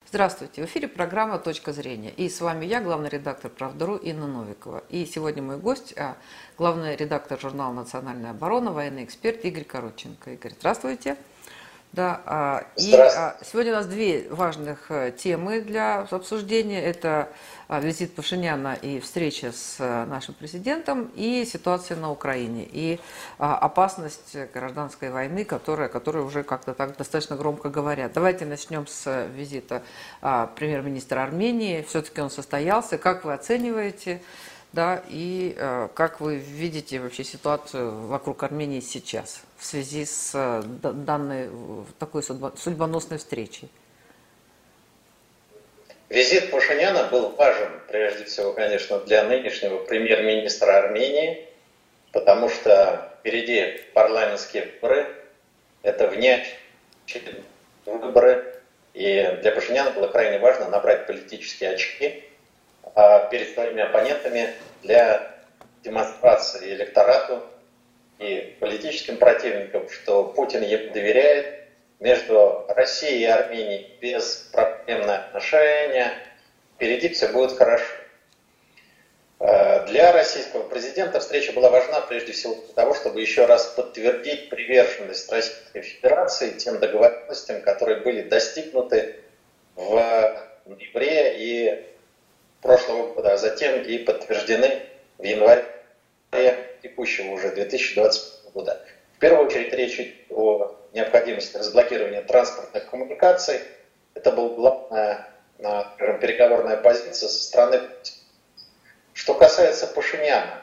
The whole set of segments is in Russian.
Здравствуйте, в эфире программа «Точка зрения». И с вами я, главный редактор «Правда.ру» Инна Новикова. И сегодня мой гость, главный редактор журнала «Национальная оборона», военный эксперт Игорь Коротченко. Игорь, здравствуйте. Да, сегодня у нас две важных темы для обсуждения. Это визит Пашиняна и встреча с нашим президентом, и ситуация на Украине, и опасность гражданской войны, которая уже как-то так достаточно громко говорят. Давайте начнем с визита премьер-министра Армении. Все-таки он состоялся. Как вы оцениваете, да, и как вы видите вообще ситуацию вокруг Армении сейчас в связи с данной такой судьбоносной встречей? Визит Пашиняна был важен, прежде всего, конечно, для нынешнего премьер-министра Армении, потому что впереди парламентские выборы, это внеочередные выборы, и для Пашиняна было крайне важно набрать политические очки перед своими оппонентами для демонстрации электорату и политическим противникам, что Путин ему доверяет. Между Россией и Арменией беспроблемные отношения, впереди все будет хорошо. Для российского президента встреча была важна прежде всего для того, чтобы еще раз подтвердить приверженность Российской Федерации тем договоренностям, которые были достигнуты в ноябре и прошлого года, а затем и подтверждены в январе текущего уже 2020 года. В первую очередь речь идет о необходимости разблокирования транспортных коммуникаций. Это была главная, скажем, переговорная позиция со стороны Путина. Что касается Пашиняна,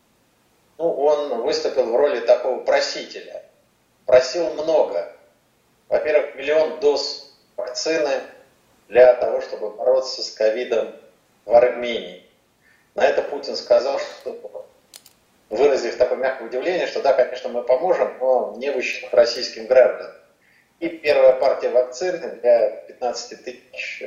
он выступил в роли такого просителя. Просил много. Во-первых, 1 миллион доз вакцины для того, чтобы бороться с ковидом в Армении. На это Путин сказал, что, выразив такое мягкое удивление, что да, конечно, мы поможем, но не в ущерб российским гражданам. И первая партия вакцины для 15 тысяч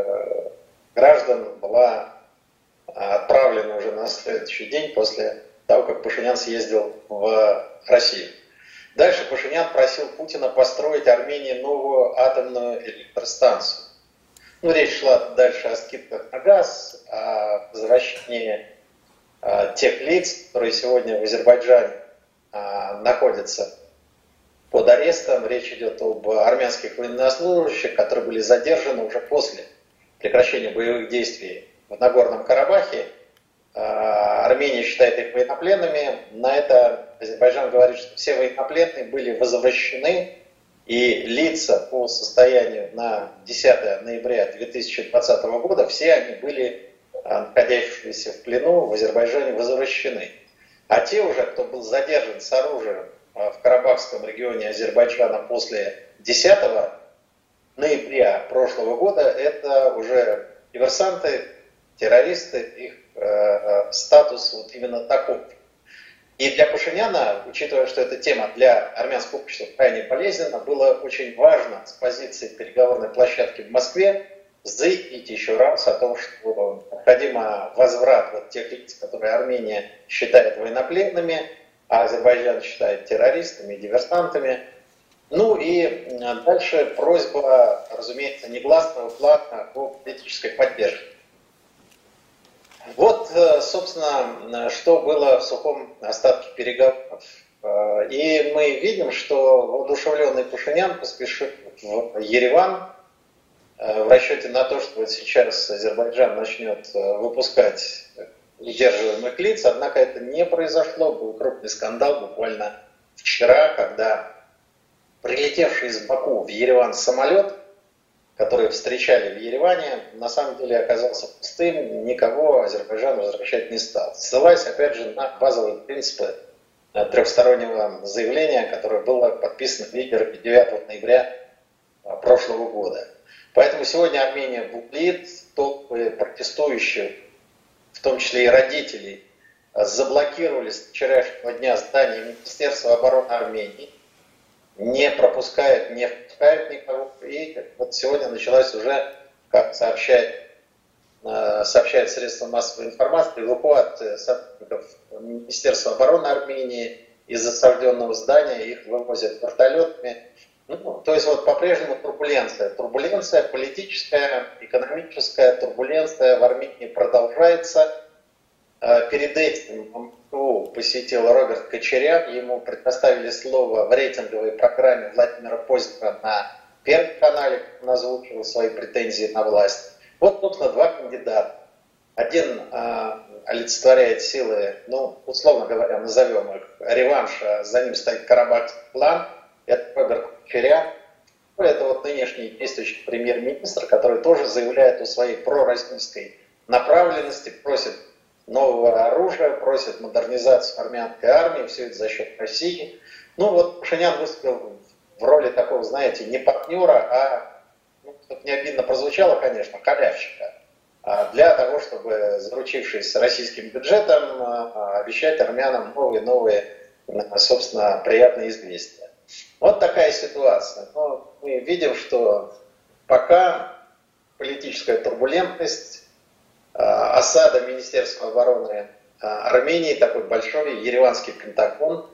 граждан была отправлена уже на следующий день после того, как Пашинян съездил в Россию. Дальше Пашинян просил Путина построить Армении новую атомную электростанцию. Речь шла дальше о скидках на газ, о возвращении тех лиц, которые сегодня в Азербайджане находятся под арестом. Речь идет об армянских военнослужащих, которые были задержаны уже после прекращения боевых действий в Нагорном Карабахе. Армения считает их военнопленными. На это Азербайджан говорит, что все военнопленные были возвращены, и лица по состоянию на 10 ноября 2020 года, все они были, находящиеся в плену в Азербайджане, возвращены. А те уже, кто был задержан с оружием в Карабахском регионе Азербайджана после 10 ноября прошлого года, это уже диверсанты, террористы, их статус вот именно такой. И для Пашиняна, учитывая, что эта тема для армянского общества крайне болезненна, было очень важно с позиции переговорной площадки в Москве заявить еще раз о том, что необходим возврат тех лиц, которые Армения считает военнопленными, а Азербайджан считает террористами, диверсантами. И дальше просьба, разумеется, негласного плана о политической поддержке. Вот, собственно, что было в сухом остатке переговоров. И мы видим, что воодушевленный Пашинян поспешил в Ереван в расчете на то, что вот сейчас Азербайджан начнет выпускать удерживаемых лиц. Однако это не произошло. Был крупный скандал буквально вчера, когда прилетевший из Баку в Ереван самолет, которые встречали в Ереване, на самом деле оказался пустым, никого Азербайджан возвращать не стал. Ссылаясь, опять же, на базовые принципы трехстороннего заявления, которое было подписано лидерами 9 ноября прошлого года. Поэтому сегодня Армения бурлит, толпы протестующих, в том числе и родителей, заблокировали с вчерашнего дня здание Министерства обороны Армении, не пропускает, не впускает никого. И вот сегодня началась уже, как сообщает средства массовой информации, эвакуация сотрудников Министерства обороны Армении из осажденного здания. Их вывозят вертолетами. Ну, то есть вот по-прежнему турбуленция. Турбуленция политическая, экономическая турбуленция в Армении продолжается. Перед этим Москву посетил Роберт Кочарян. Ему предоставили слово в рейтинговой программе Владимира Познера на Первом канале. Он озвучивал свои претензии на власть. Вот, собственно, два кандидата. Один олицетворяет силы, ну, условно говоря, назовем их реванша. За ним стоит карабахский клан. Это Роберт Кочарян. Это вот нынешний действующий премьер-министр, который тоже заявляет о своей пророссийской направленности, просит нового оружия, просит модернизацию армянской армии, все это за счет России. Ну вот Пашинян выступил в роли такого, знаете, не партнера, а, ну, чтобы не обидно прозвучало, конечно, халявщика, для того, чтобы, заручившись российским бюджетом, обещать армянам новые, собственно, приятные известия. Вот такая ситуация. Но мы видим, что пока политическая турбулентность, осада Министерства обороны Армении, такой большой ереванский Пентагон,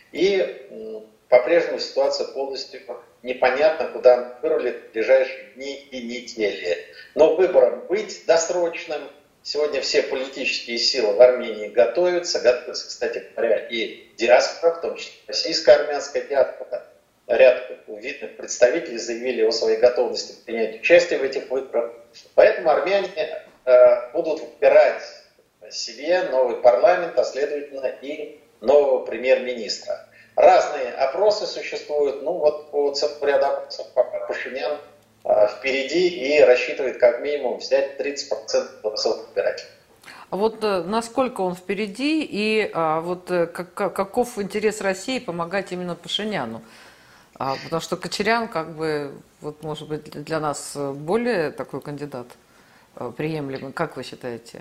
и по-прежнему ситуация полностью непонятна, куда она вырулит в ближайшие дни и недели. Но выбором быть досрочным сегодня все политические силы в Армении готовятся, кстати говоря, и диаспора, в том числе российско-армянская диаспора. Ряд видных представителей заявили о своей готовности принять участие в этих выборах. Поэтому армяне будут выбирать себе новый парламент, а следовательно и нового премьер-министра. Разные опросы существуют. Ну вот по целому ряду опросов пока Пашинян впереди и рассчитывает как минимум взять 30% голосов избирателей. А вот насколько он впереди и каков интерес России помогать именно Пашиняну? Потому что Кочарян, как бы, вот, может быть, для нас более такой кандидат приемлемый. Как вы считаете?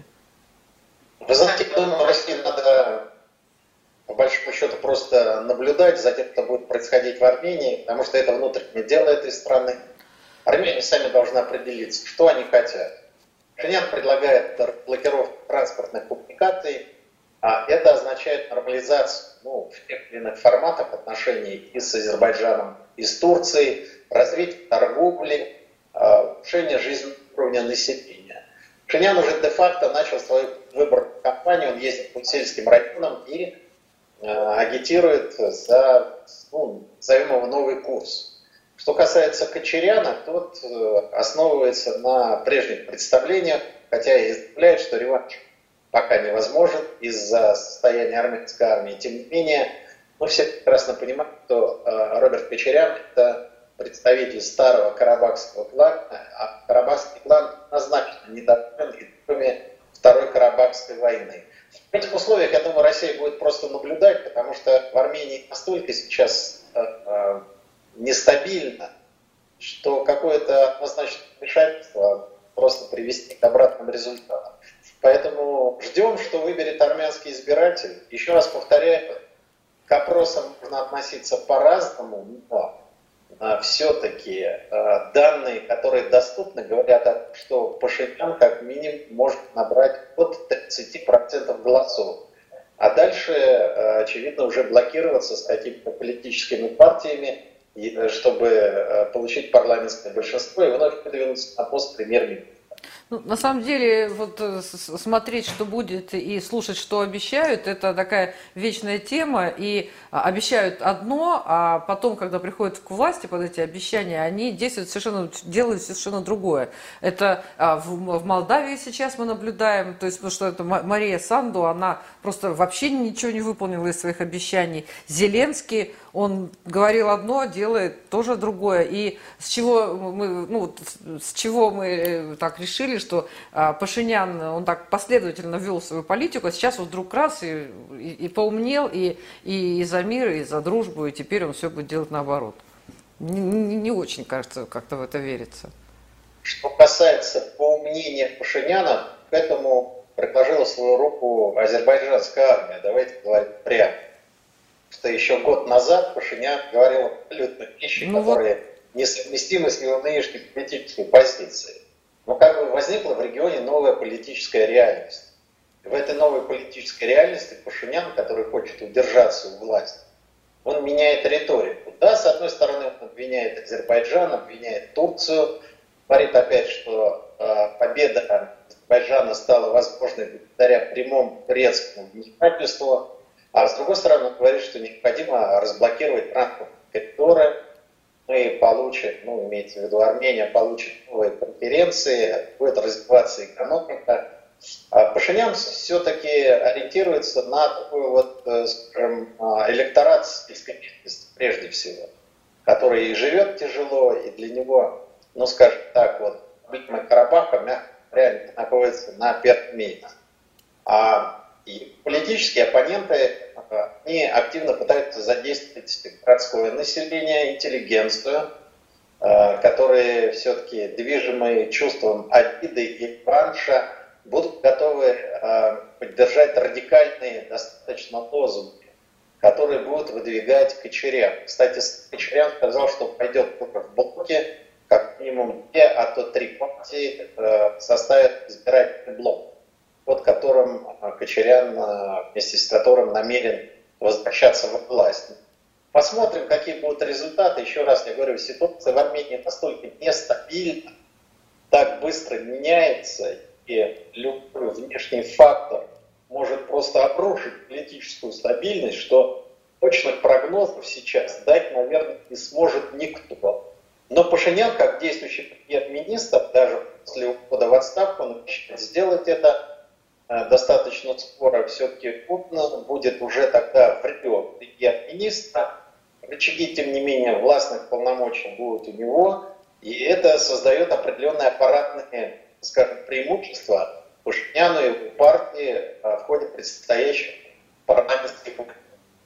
Вы знаете, я думаю, России надо, по большому счету, просто наблюдать за тем, что будет происходить в Армении, потому что это внутреннее дело этой страны. Армяне сами должны определиться, что они хотят. Пашинян предлагает блокировку транспортных коммуникаций, а это означает нормализацию в тех или иных форматах отношений и с Азербайджаном, и с Турцией, развитие торговли, улучшение жизненного уровня населения. Пашинян уже де-факто начал свою выборную кампанию, он ездит по сельским районам и агитирует за, назовем его, новый курс. Что касается Кочаряна, тот основывается на прежних представлениях, хотя и заявляет, что реванш пока невозможен из-за состояния армянской армии. Тем не менее, мы все прекрасно понимаем, что Роберт Кочарян – это представитель старого карабахского клана, а карабахский клан однозначно недоволен итогами Второй Карабахской войны. В этих условиях, я думаю, Россия будет просто наблюдать, потому что в Армении настолько сейчас нестабильно, что какое-то однозначное вмешательство просто привести к обратным результатам. Поэтому ждем, что выберет армянский избиратель. Еще раз повторяю, к опросам можно относиться по-разному, но все-таки данные, которые доступны, говорят о том, что Пашинян как минимум может набрать от 30% голосов. А дальше, очевидно, уже блокироваться с какими-то политическими партиями, чтобы получить парламентское большинство и вновь выдвинуться на пост премьер-министра. Ну, на самом деле, вот смотреть, что будет, и слушать, что обещают, это такая вечная тема. И обещают одно, а потом, когда приходят к власти под эти обещания, они делают совершенно другое. Это в Молдавии сейчас мы наблюдаем, то есть, потому что это Мария Санду, она просто вообще ничего не выполнила из своих обещаний. Зеленский, он говорил одно, делает тоже другое. И с чего мы так решили, что Пашинян, он так последовательно вел свою политику, а сейчас вот вдруг раз и поумнел, и за мир, и за дружбу, и теперь он все будет делать наоборот. Не очень, кажется, как-то в это верится. Что касается поумнения Пашиняна, к этому предложила свою руку азербайджанская армия. Давайте говорить прямо. Что еще год назад Пашинян говорил абсолютно вещи, которые несовместимы с его нынешней политической позицией. Но как бы возникла в регионе новая политическая реальность. И в этой новой политической реальности Пашинян, который хочет удержаться у власти, он меняет риторику. Да, с одной стороны, он обвиняет Азербайджан, обвиняет Турцию, говорит опять, что победа Азербайджана стала возможной благодаря прямому турецкому вмешательству, а с другой стороны, он говорит, что необходимо разблокировать транспортные коридоры, мы получим, имеется в виду Армения, получит новые преференции, будет развиваться экономика. А Пашинян все-таки ориентируется на такой скажем, электорат сельской местности, прежде всего, который и живет тяжело, и для него, скажем так, проблема Карабаха, мягко говоря, находится на первом месте. И политические оппоненты, они активно пытаются задействовать городское население, интеллигенцию, которые все-таки движимые чувством обиды и реванша будут готовы поддержать радикальные достаточно лозунги, которые будут выдвигать Кочарян. Кстати, Кочарян сказал, что пойдет только в блоке, как минимум 2, а то 3 партии составят избирательный блок, под которым Кочарян, вместе с которым намерен возвращаться во власть. Посмотрим, какие будут результаты. Еще раз я говорю, ситуация в Армении настолько нестабильна, так быстро меняется, и любой внешний фактор может просто обрушить политическую стабильность, что точных прогнозов сейчас дать, наверное, не сможет никто. Но Пашинян, как действующий премьер-министр, даже после ухода в отставку, он обещает сделать это достаточно скоро. Все-таки он будет уже тогда в рядах премьер-министра. Рычаги, тем не менее, властных полномочий будут у него, и это создает определенные аппаратные, скажем, преимущества Пашиняну и его партии в ходе предстоящих парламентских выборов.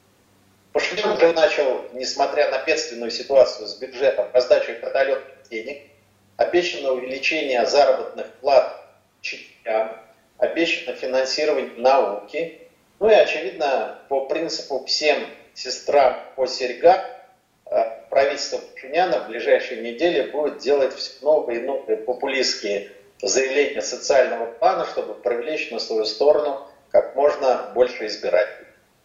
Пашинян уже начал, несмотря на бедственную ситуацию с бюджетом, раздачу вертолетных денег, обещано увеличение заработных плат учителям, обещано финансирование науки. И, очевидно, по принципу «всем сестрам по серьгам» правительство Пашиняна в ближайшие недели будет делать все новые и новые популистские заявления социального плана, чтобы привлечь на свою сторону как можно больше избирателей.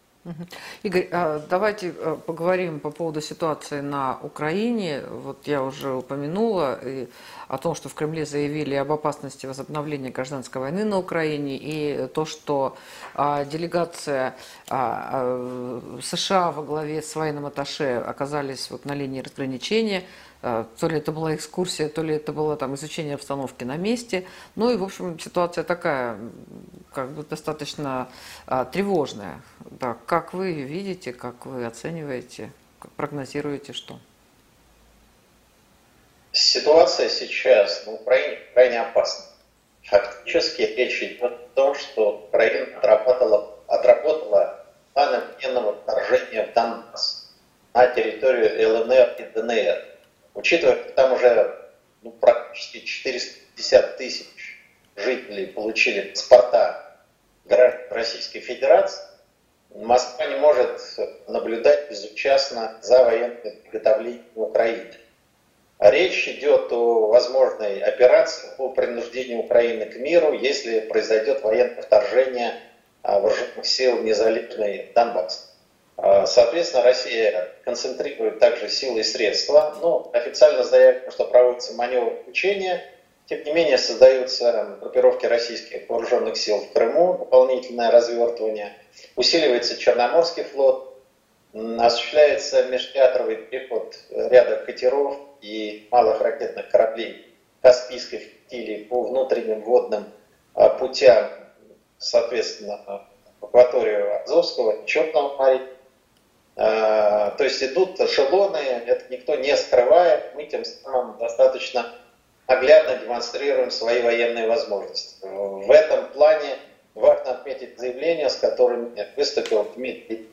Игорь, давайте поговорим по поводу ситуации на Украине. Я уже упомянула о том, что в Кремле заявили об опасности возобновления гражданской войны на Украине, и то, что делегация США во главе с военным атташе оказались на линии разграничения. То ли это была экскурсия, то ли это было изучение обстановки на месте. И, в общем, ситуация такая, достаточно тревожная. Да, как вы ее видите, как вы оцениваете, как прогнозируете, что? Ситуация сейчас на Украине крайне опасна. Фактически речь идет о том, что Украина отработала планы военного вторжения в Донбасс на территорию ЛНР и ДНР. Учитывая, что там уже практически 450 тысяч жителей получили паспорта граждан Российской Федерации, Москва не может наблюдать безучастно за военным приготовлением Украины. Речь идет о возможной операции по принуждению Украины к миру, если произойдет военное вторжение вооруженных сил незалежной Донбасса. Соответственно, Россия концентрирует также силы и средства. Официально заявлено, что проводится маневр учения. Тем не менее, создаются группировки российских вооруженных сил в Крыму, дополнительное развертывание. Усиливается Черноморский флот, осуществляется межтеатровый переход ряда катеров и малых ракетных кораблей Каспийской флотилии по внутренним водным путям, соответственно, в акваторию Азовского и Черного моря. То есть идут эшелоны, это никто не скрывает, мы тем самым достаточно наглядно демонстрируем свои военные возможности. В этом плане важно отметить заявление, с которым выступил Дмитрий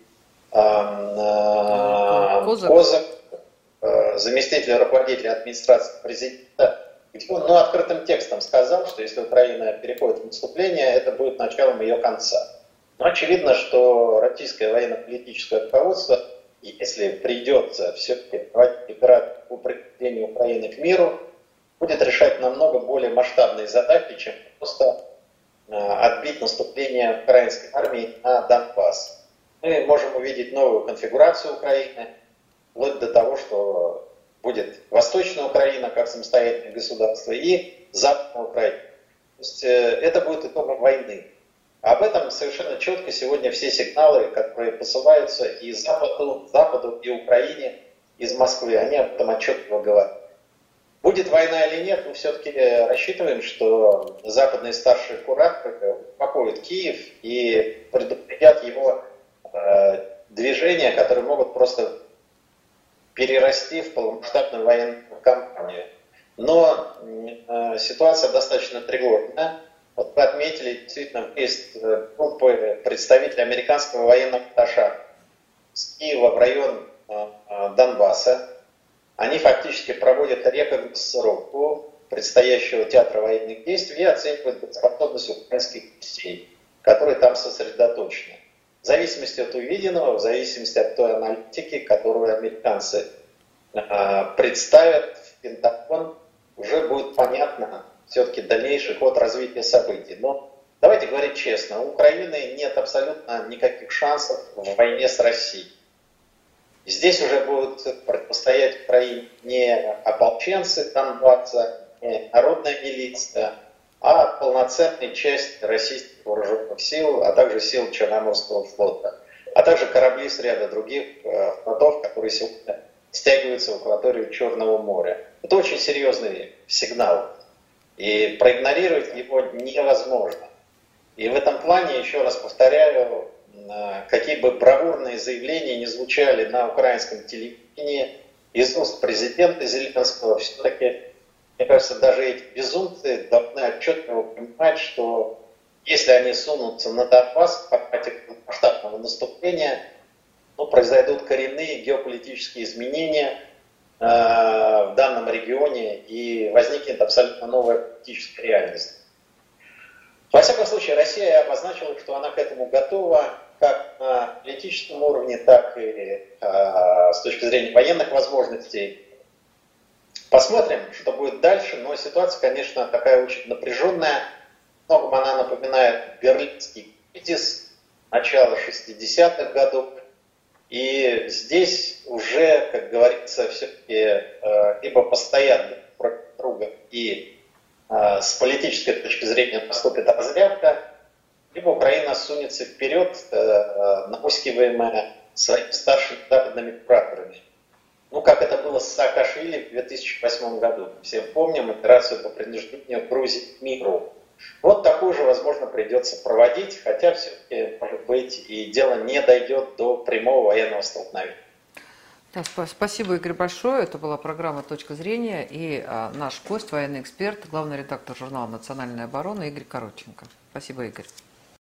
Козак, заместитель руководителя администрации президента, где он открытым текстом сказал, что если Украина переходит в наступление, это будет началом ее конца. Но очевидно, что российское военно-политическое руководство, если придется все-таки проводить операцию по приведению Украины к миру, будет решать намного более масштабные задачи, чем просто отбить наступление украинской армии на Донбасс. мы можем увидеть новую конфигурацию Украины, вплоть до того, что будет Восточная Украина как самостоятельное государство и Западная Украина. То есть это будет итогом войны. Об этом совершенно четко сегодня все сигналы, которые посылаются и Западу, и Украине из Москвы, они об этом отчетливо говорят. Будет война или нет, мы все-таки рассчитываем, что западные старшие кураторы успокоят Киев и предупредят его движения, которые могут просто перерасти в полномасштабную военную кампанию. Но ситуация достаточно тревожная. Вот вы отметили, действительно, есть группы представителей американского военного атташе с Киева в район Донбасса. Они фактически проводят рекогносцировку предстоящего театра военных действий и оценивают способность украинских частей, которые там сосредоточены. В зависимости от увиденного, в зависимости от той аналитики, которую американцы представят в Пентагон, уже будет понятно все-таки дальнейший ход развития событий. Но давайте говорить честно, у Украины нет абсолютно никаких шансов в войне с Россией. Здесь уже будут противостоять Украине не ополченцы Донбасса, не народная милиция, а полноценная часть российских вооруженных сил, а также сил Черноморского флота, а также корабли с ряда других флотов, которые сегодня стягиваются в акваторию Черного моря. Это очень серьезный сигнал, и проигнорировать его невозможно. И в этом плане, еще раз повторяю, какие бы бравурные заявления не звучали на украинском телевидении, из уст президента Зеленского, все-таки, мне кажется, даже эти безумцы должны отчетливо понимать, что если они сунутся на Донбасс по ходу масштабного наступления, произойдут коренные геополитические изменения в данном регионе и возникнет абсолютно новая политическая реальность. Во всяком случае, Россия обозначила, что она к этому готова как на политическом уровне, так и с точки зрения военных возможностей. Посмотрим, что будет дальше, но ситуация, конечно, такая очень напряженная. Многом она напоминает берлинский кризис начала 60-х годов. И здесь уже, как говорится, все-таки либо постоянно против друга и с политической точки зрения наступит разрядка, либо Украина сунется вперед, наускиваемая своими старшими западными кураторами. Как это было с Саакашвили в 2008 году. Все помним операцию по принуждению Грузии к миру. Вот такую же, возможно, придется проводить, хотя все-таки, может быть, и дело не дойдет до прямого военного столкновения. Да, спасибо, Игорь, большое. Это была программа «Точка зрения» и наш гость, военный эксперт, главный редактор журнала «Национальная оборона» Игорь Коротченко. Спасибо, Игорь.